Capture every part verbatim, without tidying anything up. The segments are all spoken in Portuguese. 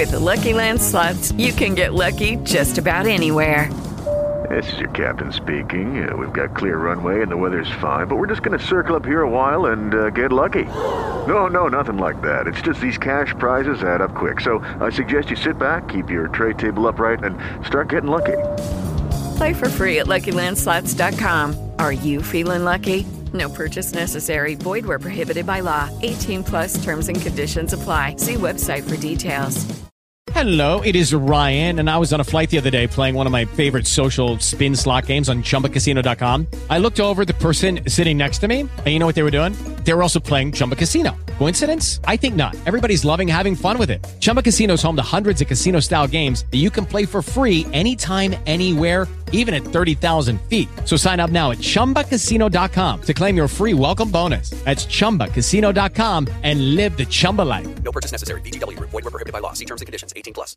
With the Lucky Land Slots, you can get lucky just about anywhere. This is your captain speaking. Uh, we've got clear runway and the weather's fine, but we're just going to circle up here a while and uh, get lucky. No, no, nothing like that. It's just these cash prizes add up quick. So I suggest you sit back, keep your tray table upright, and start getting lucky. Play for free at Lucky Land Slots dot com. Are you feeling lucky? No purchase necessary. Void where prohibited by law. eighteen plus terms and conditions apply. See website for details. Hello, it is Ryan, and I was on a flight the other day playing one of my favorite social spin slot games on Chumba Casino dot com. I looked over at the person sitting next to me, and you know what they were doing? They were also playing Chumba Casino. Coincidence? I think not. Everybody's loving having fun with it. Chumba Casino is home to hundreds of casino-style games that you can play for free anytime, anywhere, even at thirty thousand feet. So sign up now at Chumba Casino dot com to claim your free welcome bonus. That's Chumba Casino dot com and live the Chumba life. No purchase necessary. V G W. Void where prohibited by law. See terms and conditions. eighteen plus.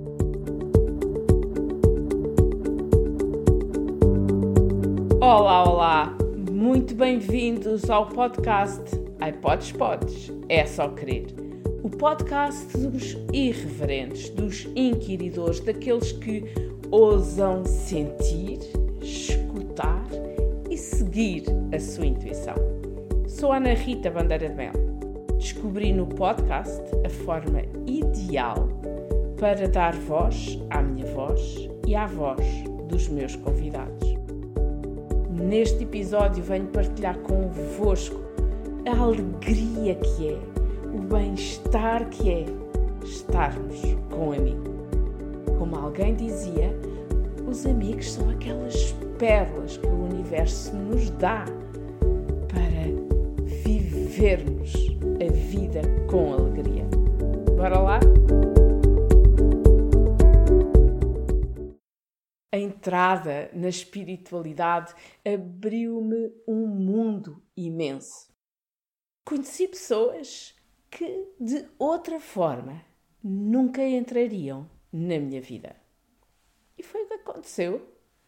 Olá, olá. Muito bem-vindos ao podcast Ai Podes Podes, é só querer. O podcast dos irreverentes, dos inquiridores, daqueles que ousam sentir, escutar e seguir a sua intuição. Sou Ana Rita Bandeira de Mel. Descobri no podcast a forma ideal para dar voz à minha voz e à voz dos meus convidados. Neste episódio venho partilhar convosco a alegria que é, o bem-estar que é estarmos com um amigo. Como alguém dizia, os amigos são aquelas pérolas que o universo nos dá para vivermos a vida com alegria. Bora lá? A entrada na espiritualidade abriu-me um mundo imenso. Conheci pessoas que, de outra forma, nunca entrariam na minha vida. E foi o que aconteceu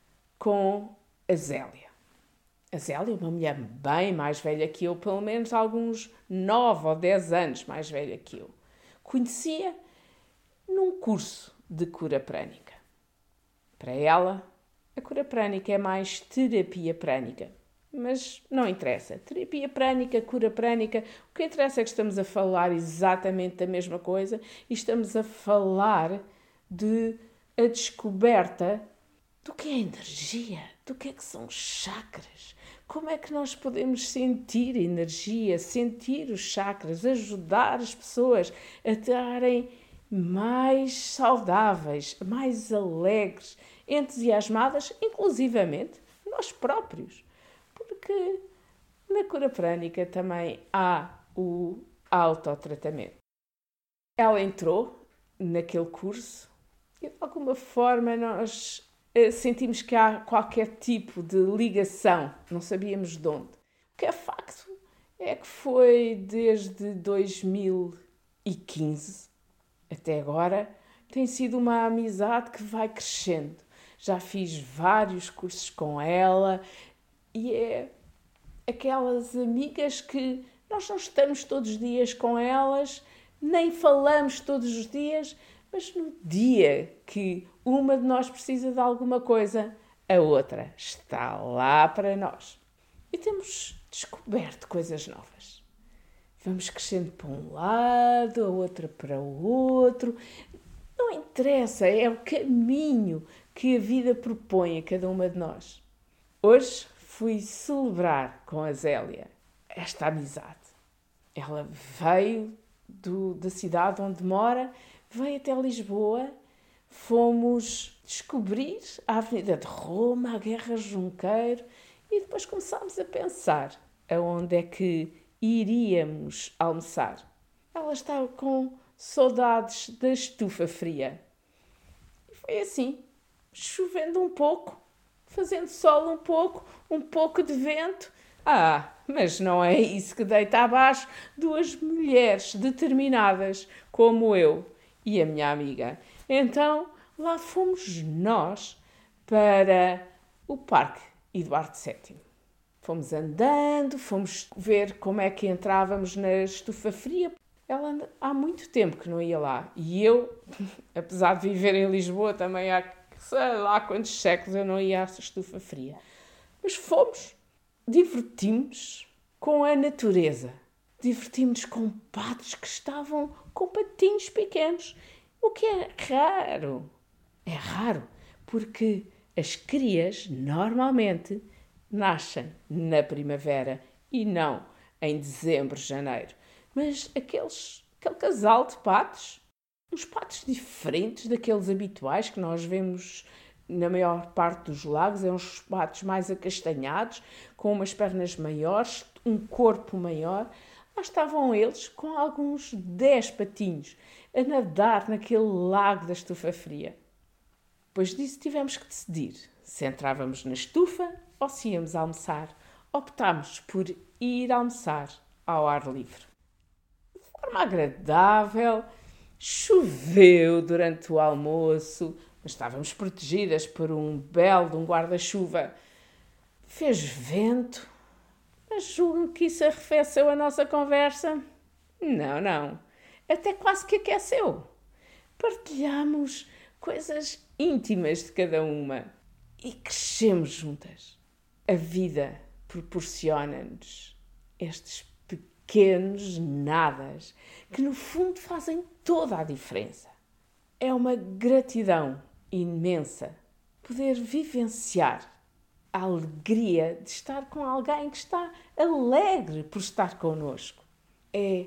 com a Zélia. A Zélia é uma mulher bem mais velha que eu, pelo menos alguns nove ou dez anos mais velha que eu. Conhecia num curso de cura prânica. Para ela, a cura prânica é mais terapia prânica. Mas não interessa. Terapia prânica, cura prânica, o que interessa é que estamos a falar exatamente da mesma coisa e estamos a falar de a descoberta do que é energia, do que é que são chakras, como é que nós podemos sentir energia, sentir os chakras, ajudar as pessoas a estarem mais saudáveis, mais alegres, entusiasmadas, inclusivamente nós próprios. Porque na cura prânica também há o autotratamento. Ela entrou naquele curso e de alguma forma nós sentimos que há qualquer tipo de ligação, não sabíamos de onde. O que é facto é que foi desde dois mil e quinze até agora, tem sido uma amizade que vai crescendo. Já fiz vários cursos com ela e é aquelas amigas que nós não estamos todos os dias com elas, nem falamos todos os dias, mas no dia que uma de nós precisa de alguma coisa, a outra está lá para nós. E temos descoberto coisas novas. Vamos crescendo para um lado, a outra para o outro. Não interessa, é o caminho que a vida propõe a cada uma de nós. Hoje fui celebrar com a Zélia esta amizade. Ela veio do, da cidade onde mora, veio até Lisboa, fomos descobrir a Avenida de Roma, a Guerra Junqueiro e depois começámos a pensar aonde é que iríamos almoçar. Ela estava com saudades da estufa fria. E foi assim, chovendo um pouco, fazendo sol um pouco, um pouco de vento. Ah, mas não é isso que deita abaixo duas mulheres determinadas como eu e a minha amiga. Então, lá fomos nós para o Parque Eduardo sétimo. Fomos andando, fomos ver como é que entrávamos na estufa fria. Ela há muito tempo que não ia lá. E eu, apesar de viver em Lisboa, também há, sei lá quantos séculos eu não ia à estufa fria. Mas fomos, divertimos-nos com a natureza. Divertimos-nos com patos que estavam com patinhos pequenos. O que é raro. É raro, porque as crias normalmente nascem na primavera e não em dezembro, janeiro. Mas aqueles, aquele casal de patos, uns patos diferentes daqueles habituais que nós vemos na maior parte dos lagos, é uns patos mais acastanhados, com umas pernas maiores, um corpo maior. Lá estavam eles com alguns dez patinhos a nadar naquele lago da estufa fria. Depois disso tivemos que decidir se entrávamos na estufa ou se íamos almoçar. Optámos por ir almoçar ao ar livre. De forma agradável, choveu durante o almoço, mas estávamos protegidas por um belo de um guarda-chuva. Fez vento, mas julgo que isso arrefeceu a nossa conversa. Não, não, até quase que aqueceu. Partilhamos coisas íntimas de cada uma e crescemos juntas. A vida proporciona-nos estes pequenos nadas que no fundo fazem toda a diferença. É uma gratidão imensa poder vivenciar a alegria de estar com alguém que está alegre por estar connosco. É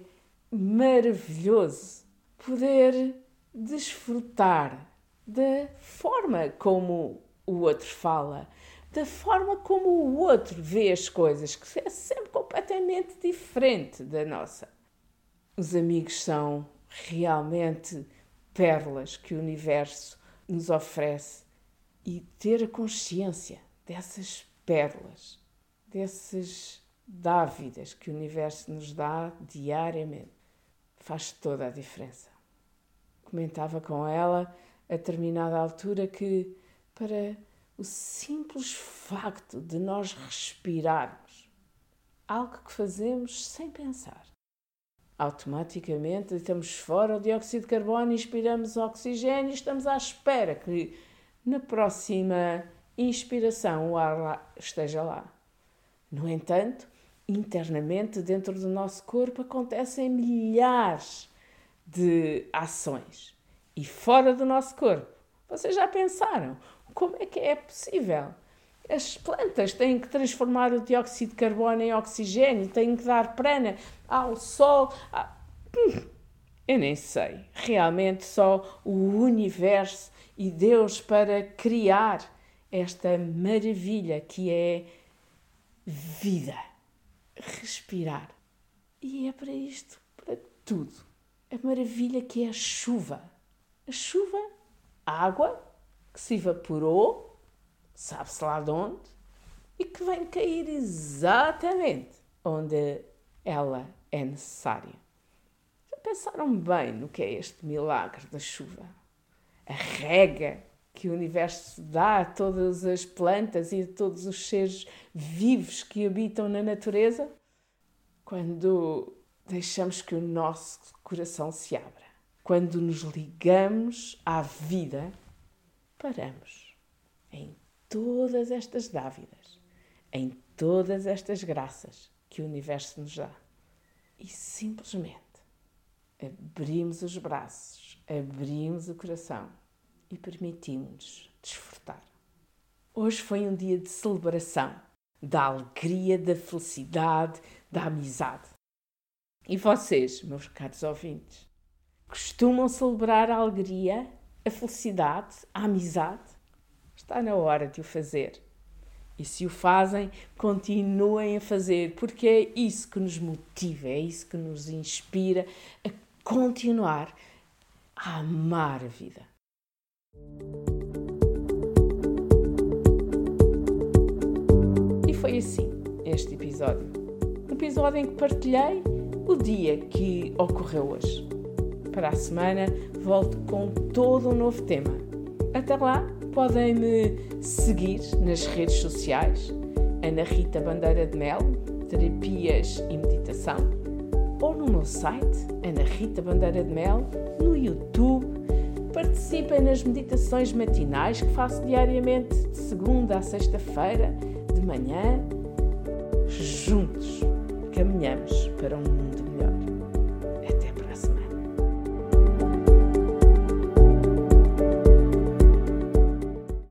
maravilhoso poder desfrutar da forma como o outro fala, da forma como o outro vê as coisas, que é sempre completamente diferente da nossa. Os amigos são realmente pérolas que o universo nos oferece e ter a consciência dessas pérolas, dessas dávidas que o universo nos dá diariamente, faz toda a diferença. Comentava com ela a determinada altura que para o simples facto de nós respirarmos, algo que fazemos sem pensar, automaticamente deitamos fora o dióxido de carbono e inspiramos o oxigênio e estamos à espera que na próxima inspiração o ar lá, esteja lá. No entanto, internamente dentro do nosso corpo acontecem milhares de ações. E fora do nosso corpo, vocês já pensaram como é que é possível? As plantas têm que transformar o dióxido de carbono em oxigênio, têm que dar prana ao sol. A... Eu nem sei. Realmente só o universo e Deus para criar esta maravilha que é vida. Respirar. E é para isto, para tudo. A maravilha que é a chuva. A chuva, a água que se evaporou, sabe-se lá de onde, e que vem cair exatamente onde ela é necessária. Já pensaram bem no que é este milagre da chuva? A rega que o universo dá a todas as plantas e a todos os seres vivos que habitam na natureza? Quando deixamos que o nosso coração se abra, quando nos ligamos à vida, paramos em todas estas dávidas, em todas estas graças que o universo nos dá e simplesmente abrimos os braços, abrimos o coração e permitimos-nos desfrutar. Hoje foi um dia de celebração, da alegria, da felicidade, da amizade. E vocês, meus caros ouvintes, costumam celebrar a alegria, a felicidade, a amizade? Está na hora de o fazer. E se o fazem, continuem a fazer, porque é isso que nos motiva, é isso que nos inspira a continuar a amar a vida. E foi assim este episódio. Um episódio em que partilhei o dia que ocorreu hoje. Para a semana volto com todo um novo tema. Até lá, podem me seguir nas redes sociais, Ana Rita Bandeira de Melo, Terapias e Meditação, ou no meu site, Ana Rita Bandeira de Mel, no YouTube. Participem nas meditações matinais que faço diariamente, de segunda a sexta-feira, de manhã. Juntos